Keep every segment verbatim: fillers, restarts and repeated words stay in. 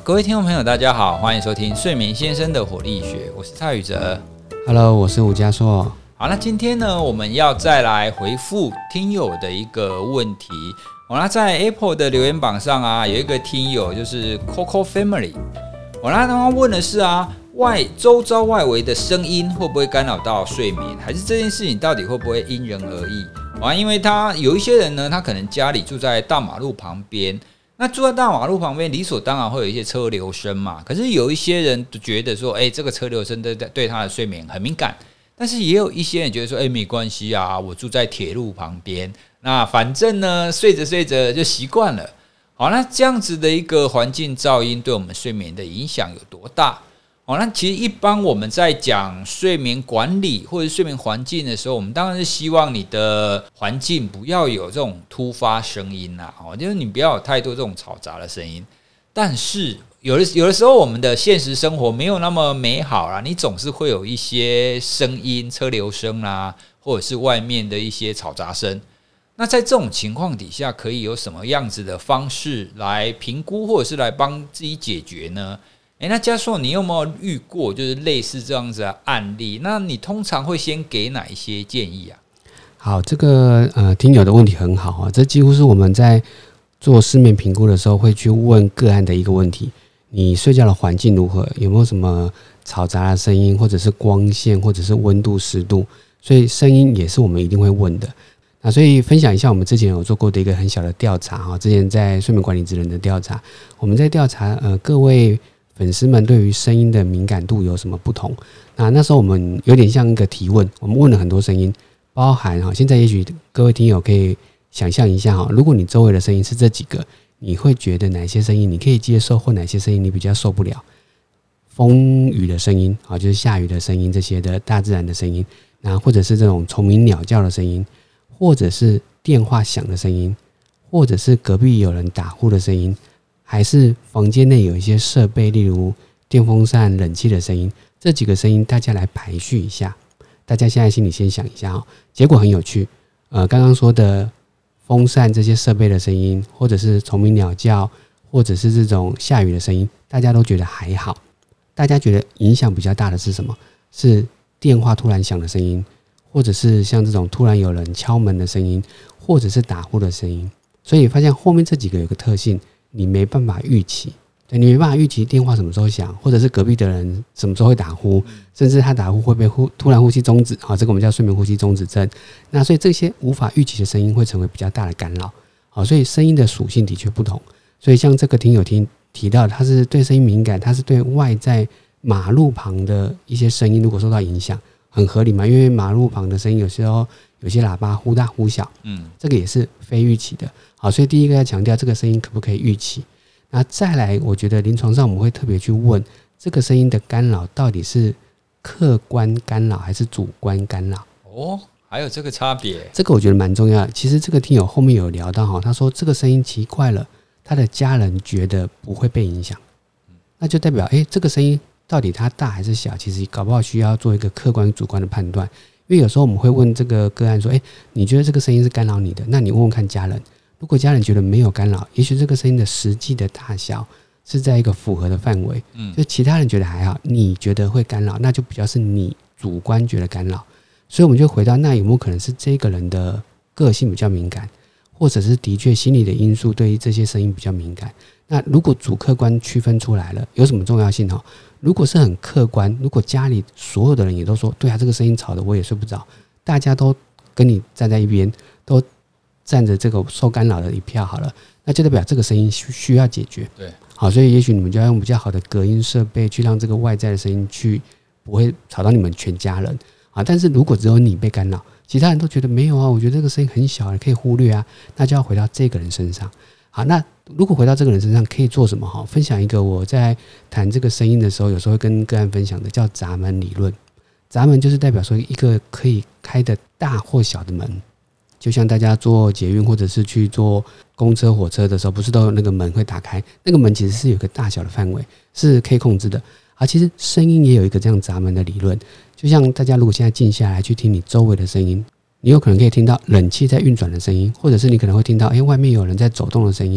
各位听众朋友大家好，欢迎收听睡眠先生的火力学，我是蔡宇哲。 Hello， 我是吴家硕。 好，那今天呢，我们要再来回复听友的一个问题。哦，那在 Apple 的留言榜上啊，有一个听友就是 Coco Family。哦，那他问的是啊，外周遭外围的声音会不会干扰到睡眠，还是这件事情到底会不会因人而异？啊，因为他有一些人呢，他可能家里住在大马路旁边。那住在大马路旁边，理所当然会有一些车流声嘛。可是有一些人觉得说，哎、欸，这个车流声对对他的睡眠很敏感。但是也有一些人觉得说，哎、欸，没关系啊，我住在铁路旁边，那反正呢，睡着睡着就习惯了。好，那这样子的一个环境噪音对我们睡眠的影响有多大？好，那其实一般我们在讲睡眠管理或者睡眠环境的时候，我们当然是希望你的环境不要有这种突发声音啦，就是你不要有太多这种嘈杂的声音。但是有的有的时候我们的现实生活没有那么美好啦，你总是会有一些声音，车流声啦，或者是外面的一些嘈杂声。那在这种情况底下，可以有什么样子的方式来评估，或者是来帮自己解决呢？欸、那嘉硕，你有没有遇过就是类似这样子的案例？那你通常会先给哪一些建议啊？ 好，这个呃听友的问题很好啊，这几乎是我们在做失眠评估的时候会去问个案的一个问题。你睡觉的环境如何？有没有什么嘈杂的声音，或者是光线，或者是温度、湿度？所以声音也是我们一定会问的。那所以分享一下我们之前有做过的一个很小的调查哈，之前在睡眠管理职能的调查，我们在调查呃各位粉丝们对于声音的敏感度有什么不同？那那时候我们有点像一个提问，我们问了很多声音，包含哈，现在也许各位听友可以想象一下哈，如果你周围的声音是这几个，你会觉得哪些声音你可以接受，或哪些声音你比较受不了？风雨的声音啊，就是下雨的声音，这些的大自然的声音，那或者是这种虫鸣鸟叫的声音，或者是电话响的声音，或者是隔壁有人打呼的声音。还是房间内有一些设备，例如电风扇、冷气的声音，这几个声音大家来排序一下。大家现在心里先想一下，结果很有趣。呃，刚刚说的风扇这些设备的声音，或者是虫鸣鸟叫，或者是这种下雨的声音，大家都觉得还好。大家觉得影响比较大的是什么？是电话突然响的声音，或者是像这种突然有人敲门的声音，或者是打呼的声音。所以发现后面这几个有个特性。你没办法预期，对，你没办法预期电话什么时候响，或者是隔壁的人什么时候会打呼，甚至他打呼会不会呼突然呼吸中止，好，这个我们叫睡眠呼吸中止症。那所以这些无法预期的声音会成为比较大的干扰，好，所以声音的属性的确不同。所以像这个听友听提到，他是对声音敏感，他是对外在马路旁的一些声音如果受到影响，很合理嘛，因为马路旁的声音有时候有些喇叭忽大忽小，嗯，这个也是非预期的。好，所以第一个要强调这个声音可不可以预期。那再来，我觉得临床上我们会特别去问这个声音的干扰到底是客观干扰还是主观干扰。 哦，还有这个差别， 这个我觉得蛮重要的。其实这个听友后面有聊到，他说这个声音奇怪了，他的家人觉得不会被影响，那就代表哎，这个声音到底它大还是小，其实搞不好需要做一个客观主观的判断。因为有时候我们会问这个个案说，哎，你觉得这个声音是干扰你的，那你问问看家人，如果家人觉得没有干扰，也许这个声音的实际的大小是在一个符合的范围，嗯，就其他人觉得还好，你觉得会干扰，那就比较是你主观觉得干扰。所以我们就回到，那有没有可能是这个人的个性比较敏感，或者是的确心理的因素对于这些声音比较敏感？那如果主客观区分出来了，有什么重要性？如果是很客观，如果家里所有的人也都说对啊，这个声音吵的我也睡不着，大家都跟你站在一边，都站着这个受干扰的一票好了，那就代表这个声音需要解决。 对， 好，所以也许你们就要用比较好的隔音设备去让这个外在的声音去不会吵到你们全家人啊。但是如果只有你被干扰，其他人都觉得没有啊，我觉得这个声音很小，可以忽略啊，那就要回到这个人身上。好，那如果回到这个人身上可以做什么？哈，分享一个我在谈这个声音的时候，有时候会跟个案分享的，叫闸门理论。闸门就是代表说一个可以开的大或小的门，就像大家坐捷运或者是去坐公车、火车的时候，不是都有那个门会打开？那个门其实是有一个大小的范围，是可以控制的。啊，其实声音也有一个这样闸门的理论，就像大家如果现在静下来去听你周围的声音。你有可能可以听到冷气在运转的声音，或者是你可能会听到，哎，外面有人在走动的声音。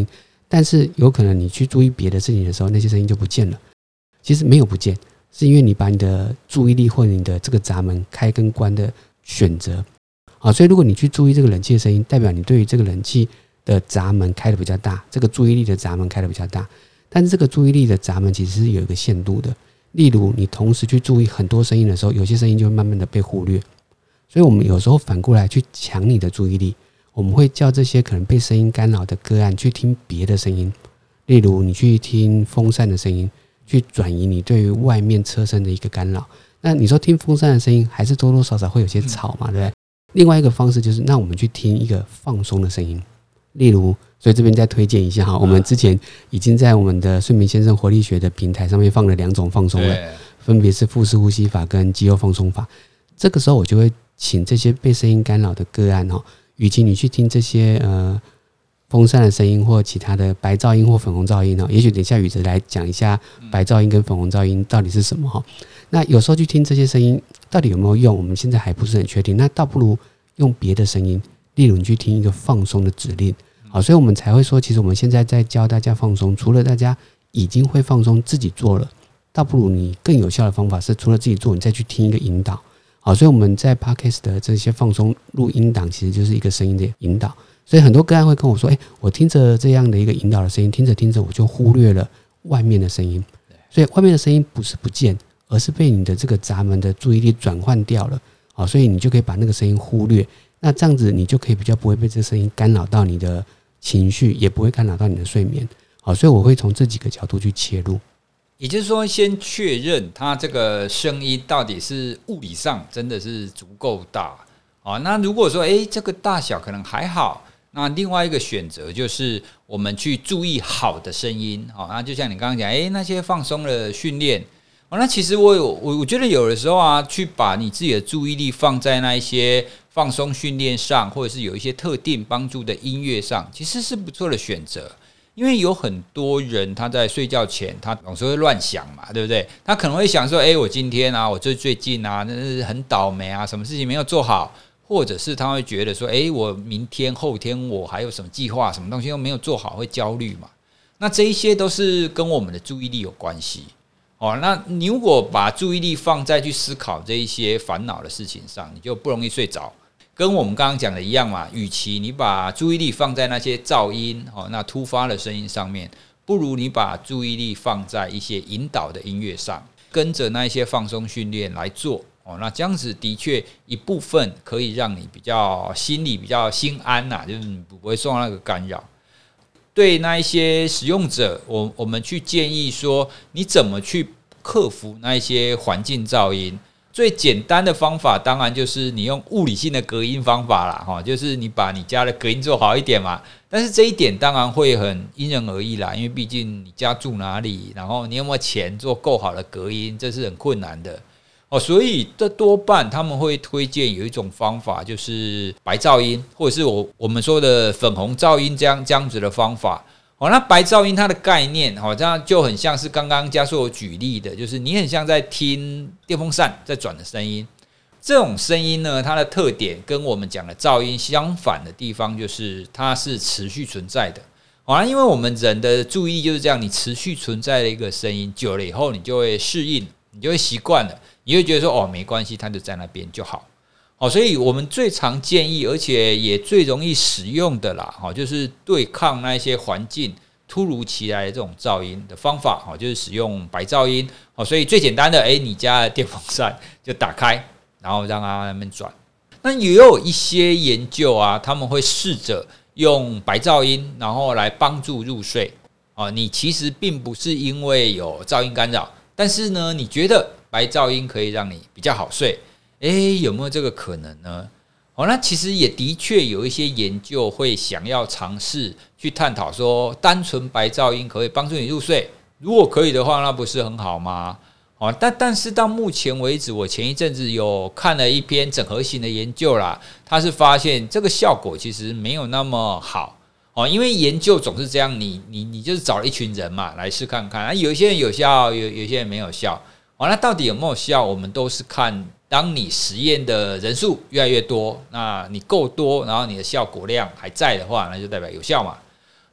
但是有可能你去注意别的事情的时候，那些声音就不见了。其实没有不见，是因为你把你的注意力或者你的这个闸门开跟关的选择。好，所以如果你去注意这个冷气的声音，代表你对于这个冷气的闸门开的比较大，这个注意力的闸门开的比较大。但是这个注意力的闸门其实是有一个限度的。例如你同时去注意很多声音的时候，有些声音就会慢慢的被忽略。所以我们有时候反过来去抢你的注意力，我们会叫这些可能被声音干扰的个案去听别的声音。例如你去听风扇的声音，去转移你对于外面车声的一个干扰。那你说听风扇的声音还是多多少少会有些吵嘛，对不对？另外一个方式就是那我们去听一个放松的声音。例如，所以这边再推荐一下哈，我们之前已经在我们的睡眠先生活力学的平台上面放了两种放松了，分别是腹式呼吸法跟肌肉放松法。这个时候我就会请这些被声音干扰的个案哈，与其你去听这些呃风扇的声音或其他的白噪音或粉红噪音，也许等一下宇哲来讲一下白噪音跟粉红噪音到底是什么。那有时候去听这些声音到底有没有用，我们现在还不是很确定。那倒不如用别的声音，例如你去听一个放松的指令。好，所以我们才会说，其实我们现在在教大家放松，除了大家已经会放松自己做了，倒不如你更有效的方法是，除了自己做，你再去听一个引导。好，所以我们在 Podcast 的这些放松录音档其实就是一个声音的引导。所以很多个案会跟我说，哎、欸，我听着这样的一个引导的声音，听着听着我就忽略了外面的声音。所以外面的声音不是不见，而是被你的这个闸门的注意力转换掉了。好，所以你就可以把那个声音忽略。那这样子你就可以比较不会被这个声音干扰到你的情绪，也不会干扰到你的睡眠。好，所以我会从这几个角度去切入。 也就是说，先确认它这个声音到底是物理上真的是足够大。好，那如果说哎、欸，这个大小可能还好，那另外一个选择就是我们去注意好的声音。好，那就像你刚刚讲，哎、欸，那些放松的训练。那其实我有我我觉得有的时候啊，去把你自己的注意力放在那一些放松训练上，或者是有一些特定帮助的音乐上，其实是不错的选择。因为有很多人他在睡觉前，他总是会乱想嘛，对不对？他可能会想说，哎、欸，我今天啊，我最最近啊，那是很倒霉啊，什么事情没有做好，或者是他会觉得说，哎、欸，我明天后天我还有什么计划，什么东西都没有做好，会焦虑嘛。那这一些都是跟我们的注意力有关系。哦，那你如果把注意力放在去思考这一些烦恼的事情上，你就不容易睡着。跟我们刚刚讲的一样嘛，与其你把注意力放在那些噪音、哦、那突发的声音上面，不如你把注意力放在一些引导的音乐上，跟着那一些放松训练来做。哦，那这样子的确一部分可以让你比较心里比较心安呐、啊，就是你不会受到那个干扰。对那一些使用者，我我们去建议说，你怎么去克服那一些环境噪音？最简单的方法，当然就是你用物理性的隔音方法啦，哈，就是你把你家的隔音做好一点嘛。但是这一点当然会很因人而异啦，因为毕竟你家住哪里，然后你有没有钱做够好的隔音，这是很困难的。哦，所以这多半他们会推荐有一种方法，就是白噪音，或者是我我们说的粉红噪音这样这样子的方法。哦，那白噪音它的概念，哦，这样就很像是刚刚嘉硕举例的，就是你很像在听电风扇在转的声音。这种声音呢，它的特点跟我们讲的噪音相反的地方，就是它是持续存在的。好，因为我们人的注意力就是这样，你持续存在的一个声音，久了以后你就会适应，你就会习惯了，你会觉得说哦没关系，它就在那边就好。好，所以我们最常建议，而且也最容易使用的啦，就是对抗那些环境突如其来的这种噪音的方法，就是使用白噪音。所以最简单的，你家的电风扇就打开，然后让它在那边转。那也有一些研究啊，他们会试着用白噪音，然后来帮助入睡。你其实并不是因为有噪音干扰，但是呢，你觉得白噪音可以让你比较好睡。诶，有没有这个可能呢？哦，那其实也的确有一些研究会想要尝试去探讨说，单纯白噪音可以帮助你入睡，如果可以的话，那不是很好吗？哦，但但是到目前为止，我前一阵子有看了一篇整合型的研究啦，它是发现这个效果其实没有那么好。哦，因为研究总是这样，你你你就是找了一群人嘛来试看看，啊，有一些人有效，有有些人没有效。哦，那到底有没有效？我们都是看。当你实验的人数越来越多，那你够多，然后你的效果量还在的话，那就代表有效嘛。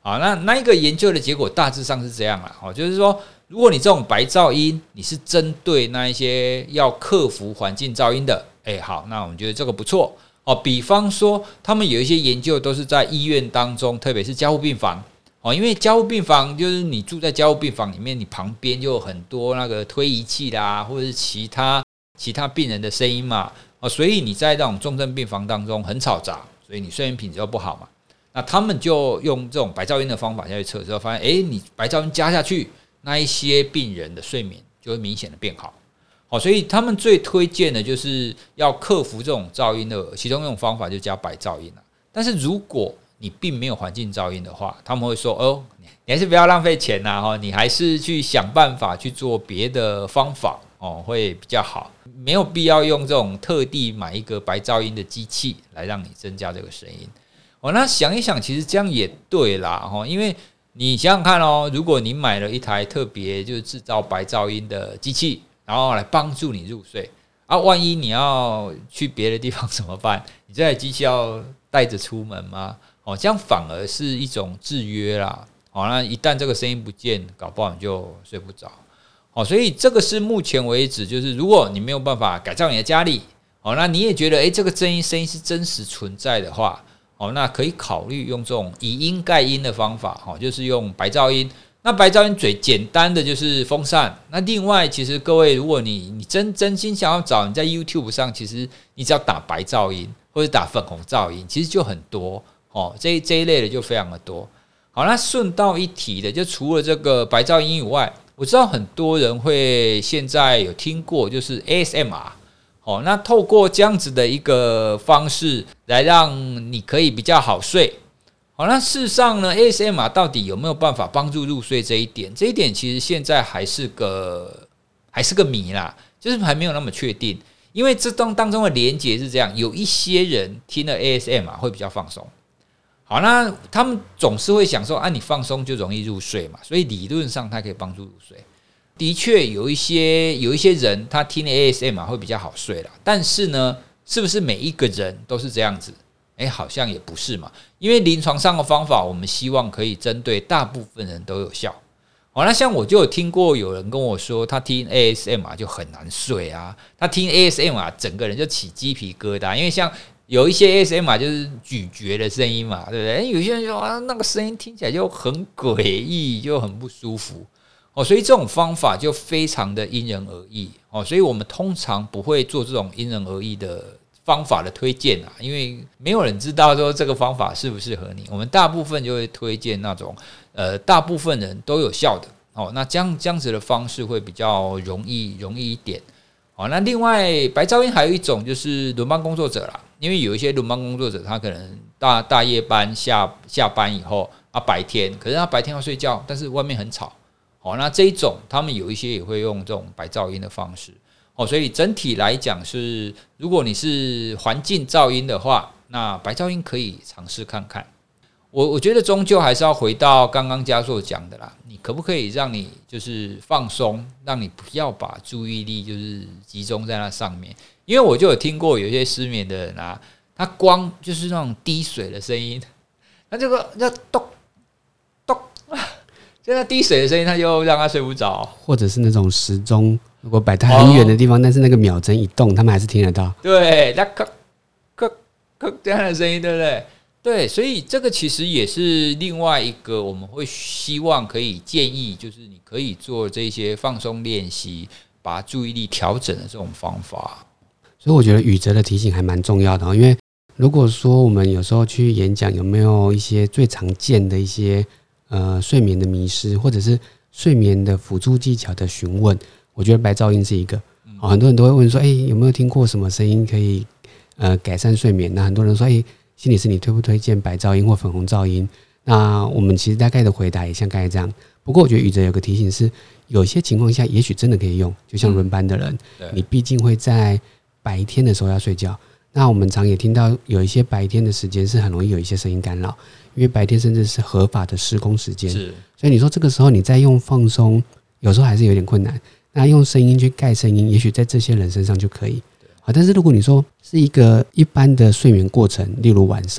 好，那那一个研究的结果大致上是这样啦，哦，就是说，如果你这种白噪音，你是针对那一些要克服环境噪音的，哎，好，那我们觉得这个不错哦。比方说，他们有一些研究都是在医院当中，特别是加护病房哦，因为加护病房就是你住在加护病房里面，你旁边就有很多那个推仪器啦，或者是其他其他病人的声音嘛，哦，所以你在那种重症病房当中很嘈杂，所以你睡眠品质就不好嘛。那他们就用这种白噪音的方法下去测之后，发现，哎，你白噪音加下去，那一些病人的睡眠就会明显的变好。好，所以他们最推荐的就是要克服这种噪音的其中一种方法，就加白噪音了。但是如果你并没有环境噪音的话，他们会说，哦，你还是不要浪费钱呐，你还是去想办法去做别的方法哦，会比较好。没有必要用这种特地买一个白噪音的机器来让你增加这个声音。哦，那想一想，其实这样也对啦，因为你想想看哦，如果你买了一台特别就是制造白噪音的机器，然后来帮助你入睡啊，万一你要去别的地方怎么办？你这台机器要带着出门吗？哦，这样反而是一种制约啦。哦，那一旦这个声音不见，搞不好你就睡不着。哦，所以这个是目前为止，就是如果你没有办法改造你的家里，哦，那你也觉得，哎，这个声音声音是真实存在的话。哦，那可以考虑用这种以音盖音的方法，哦，就是用白噪音。那白噪音最简单的就是风扇。那另外，其实各位，如果你你真真心想要找，你在 YouTube 上，其实你只要打白噪音或者打粉红噪音，其实就很多哦。这这一类的就非常的多。好，那顺道一提的，就除了这个白噪音以外，我知道很多人会现在有听过，就是 A S M R。哦，那透过这样子的一个方式来让你可以比较好睡。好，那事实上呢 ，A S M R 到底有没有办法帮助入睡这一点？这一点其实现在还是个还是个谜啦，就是还没有那么确定。因为这当当中的连结是这样，有一些人听了 A S M R 会比较放松。好，那他们总是会想说，啊，你放松就容易入睡嘛，所以理论上它可以帮助入睡。的确有一些有一些人他听 A S M R 会比较好睡啦，但是呢，是不是每一个人都是这样子？哎，好像也不是嘛。因为临床上的方法，我们希望可以针对大部分人都有效。好，那像我就有听过有人跟我说，他听 A S M R 就很难睡啊，他听 A S M R 整个人就起鸡皮疙瘩，因为像有一些 A S M R 就是咀嚼的声音嘛，对不对？有些人说啊，那个声音听起来就很诡异，就很不舒服。哦，所以这种方法就非常的因人而异哦，所以我们通常不会做这种因人而异的方法的推荐啊，因为没有人知道说这个方法适不适合你。我们大部分就会推荐那种呃，大部分人都有效的哦，那这样这样子的方式会比较容易容易一点。哦，那另外白噪音还有一种就是轮班工作者啦，因为有一些轮班工作者他可能大大夜班下下班以后啊，白天可是他白天要睡觉，但是外面很吵。哦，那这一种他们有一些也会用这种白噪音的方式。哦，所以整体来讲是，如果你是环境噪音的话，那白噪音可以尝试看看。我我觉得终究还是要回到刚刚嘉硕讲的啦，你可不可以让你就是放松，让你不要把注意力就是集中在那上面？因为我就有听过有些失眠的人啊，他光就是那种滴水的声音，他这个要咚咚啊。现在滴水的声音，他就让他睡不着， 或者是那种时钟，如果摆在很远的地方，哦、但是那个秒针一动，他们还是听得到。 对，那咯咯咯这样的声音，对不对？对，所以这个其实也是另外一个我们会希望可以建议，就是你可以做这些放松练习，把注意力调整的这种方法。 所以我觉得宇哲的提醒还蛮重要的，因为如果说我们有时候去演讲，有没有一些最常见的一些呃睡眠的迷失，或者是睡眠的辅助技巧的询问，我觉得白噪音是一个。哦、很多人都会问说，哎、欸，有没有听过什么声音可以呃改善睡眠？那很多人说，哎、欸，心理师你推不推荐白噪音或粉红噪音？那我们其实大概的回答也像刚才这样。不过我觉得宇哲有个提醒是，有些情况下也许真的可以用，就像轮班的人，嗯、你毕竟会在白天的时候要睡觉。那我们常也听到有一些白天的时间是很容易有一些声音干扰，因为白天甚至是合法的施工时间，所以你说这个时候你再用放松，有时候还是有点困难。那用声音去盖声音，也许在这些人身上就可以。好，但是如果你说是一个一般的睡眠过程，例如晚上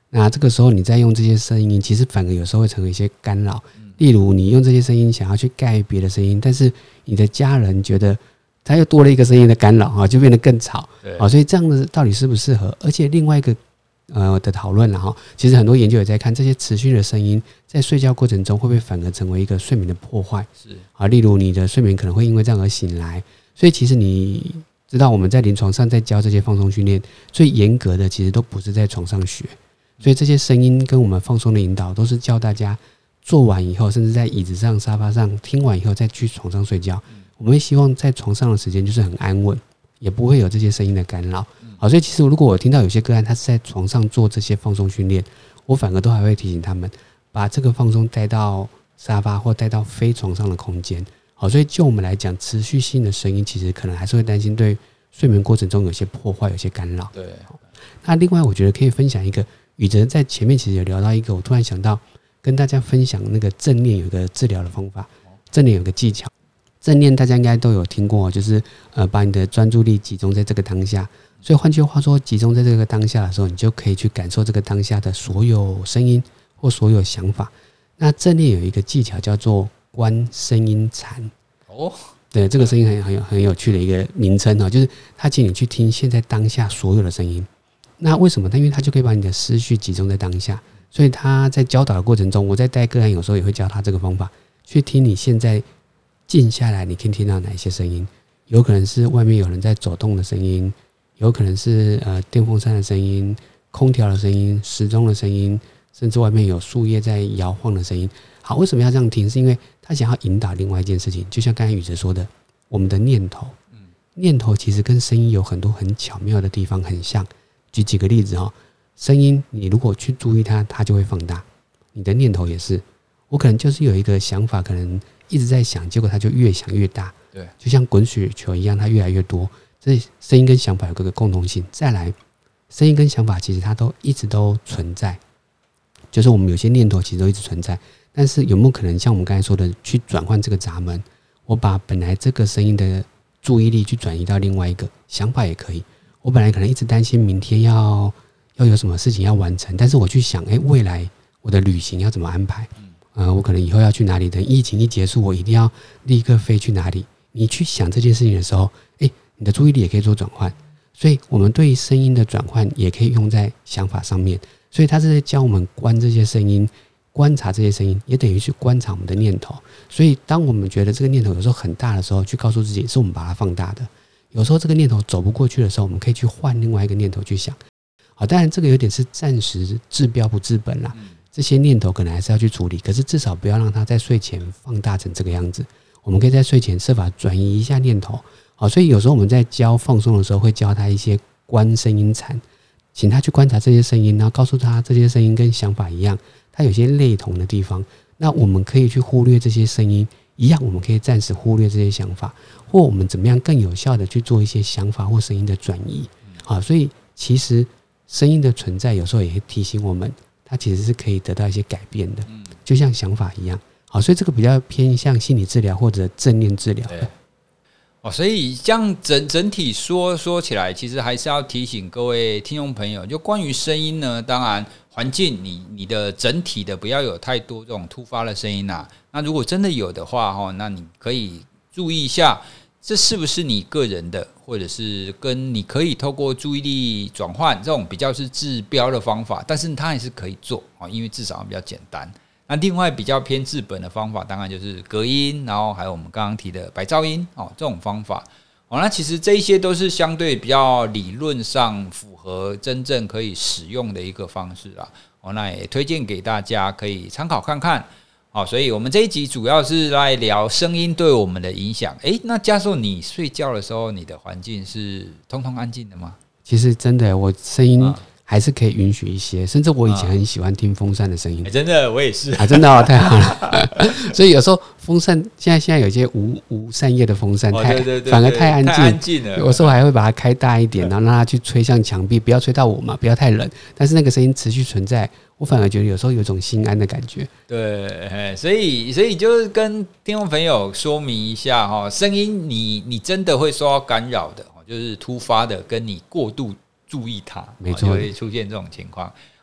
那这个时候你再用这些声音，其实反而有时候会成为一些干扰。例如你用这些声音想要去盖别的声音，但是你的家人觉得他又多了一个声音的干扰啊，就变得更吵啊。所以这样的到底适不适合？而且另外一个呃的讨论，然后其实很多研究也在看这些持续的声音在睡觉过程中会不会反而成为一个睡眠的破坏？是啊，例如你的睡眠可能会因为这样而醒来。所以其实你知道我们在临床上在教这些放松训练，最严格的其实都不是在床上学。所以这些声音跟我们放松的引导，都是教大家做完以后，甚至在椅子上、沙发上听完以后，再去床上睡觉。我们会希望在床上的时间就是很安稳，也不会有这些声音的干扰。好，所以其实如果我听到有些个案他是在床上做这些放松训练，我反而都还会提醒他们把这个放松带到沙发或带到非床上的空间。好，所以就我们来讲，持续性的声音其实可能还是会担心对睡眠过程中有些破坏、有些干扰。对。那另外，我觉得可以分享一个，宇哲在前面其实有聊到一个，我突然想到跟大家分享那个正念有一个治疗的方法，正念有个技巧。正念大家应该都有听过，就是呃把你的专注力集中在这个当下。所以换句话说，集中在这个当下的时候，你就可以去感受这个当下的所有声音或所有想法。那正念有一个技巧叫做观声音禅。哦，对，这个声音很很有很有趣的一个名称哦，就是他请你去听现在当下所有的声音。那为什么？因为他就可以把你的思绪集中在当下。所以他在教导的过程中，我在带个案有时候也会教他这个方法，去听你现在静下来，你可以听到哪一些声音？有可能是外面有人在走动的声音，有可能是呃电风扇的声音、空调的声音、时钟的声音，甚至外面有树叶在摇晃的声音。好，为什么要这样听？是因为他想要引导另外一件事情，就像刚才宇哲说的，我们的念头，念头其实跟声音有很多很巧妙的地方很像。举几个例子哈，声音你如果去注意它，它就会放大。你的念头也是，我可能就是有一个想法，可能一直在想，结果它就越想越大。对，就像滚雪球一样，它越来越多。这声音跟想法有个共同性。再来，声音跟想法其实它都一直都存在，就是我们有些念头其实都一直存在。但是有没有可能像我们刚才说的，去转换这个闸门？我把本来这个声音的注意力去转移到另外一个想法也可以。我本来可能一直担心明天要要有什么事情要完成，但是我去想，哎，未来我的旅行要怎么安排？呃，我可能以后要去哪里？等疫情一结束，我一定要立刻飞去哪里？你去想这件事情的时候，哎，你的注意力也可以做转换。所以，我们对于声音的转换也可以用在想法上面。所以，他是在教我们观这些声音。观察这些声音，也等于去观察我们的念头。所以，当我们觉得这个念头有时候很大的时候，去告诉自己是我们把它放大的。有时候这个念头走不过去的时候，我们可以去换另外一个念头去想。好，当然这个有点是暂时治标不治本啦。这些念头可能还是要去处理，可是至少不要让它在睡前放大成这个样子。我们可以在睡前设法转移一下念头。好，所以有时候我们在教放松的时候，会教他一些观声音禅，请他去观察这些声音，然后告诉他这些声音跟想法一样。它有些类同的地方，那我们可以去忽略这些声音，一样我们可以暂时忽略这些想法，或我们怎么样更有效的去做一些想法或声音的转移。好，所以其实声音的存在有时候也会提醒我们，它其实是可以得到一些改变的，就像想法一样。好，所以这个比较偏向心理治疗或者正念治疗。 哦，所以这样整整体说说起来，其实还是要提醒各位听众朋友，就关于声音呢，当然环境你你的整体的不要有太多这种突发的声音啊。那如果真的有的话，那你可以注意一下，这是不是你个人的，或者是跟你可以透过注意力转换这种比较是治标的方法，但是它还是可以做，因为至少比较简单。那另外比较偏治本的方法，当然就是隔音，然后还有我们刚刚提的白噪音哦，这种方法哦，那其实这一些都是相对比较理论上符合真正可以使用的一个方式啦哦，那也推荐给大家可以参考看看哦。所以我们这一集主要是来聊声音对我们的影响。诶，那教授，你睡觉的时候，你的环境是通通安静的吗？ 其实真的，我声音、啊还是可以允许一些，甚至我以前很喜欢听风扇的声音、 欸、真的我也是啊，真的哦，太好了所以有时候风扇现在现在有一些无无扇叶的风扇、哦、太对对对对反而太安静，太安静了，有时候还会把它开大一点，然后让它去吹向墙壁，不要吹到我嘛，不要太冷，但是那个声音持续存在，我反而觉得有时候有种心安的感觉。 对，所以所以就是跟听众朋友说明一下哈，声音你你真的会受到干扰的，就是突发的，跟你过度注意它，没错，就会出现这种情况。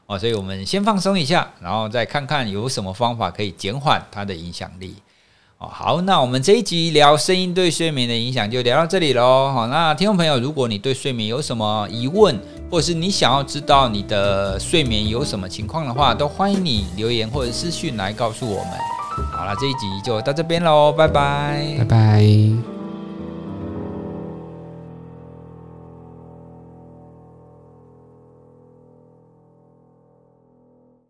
哦，所以我们先放松一下，然后再看看有什么方法可以减缓它的影响力。哦，好，那我们这一集聊声音对睡眠的影响就聊到这里咯。好，那听众朋友，如果你对睡眠有什么疑问，或者是你想要知道你的睡眠有什么情况的话，都欢迎你留言或者私讯来告诉我们。好了，这一集就到这边咯，拜拜， 拜拜。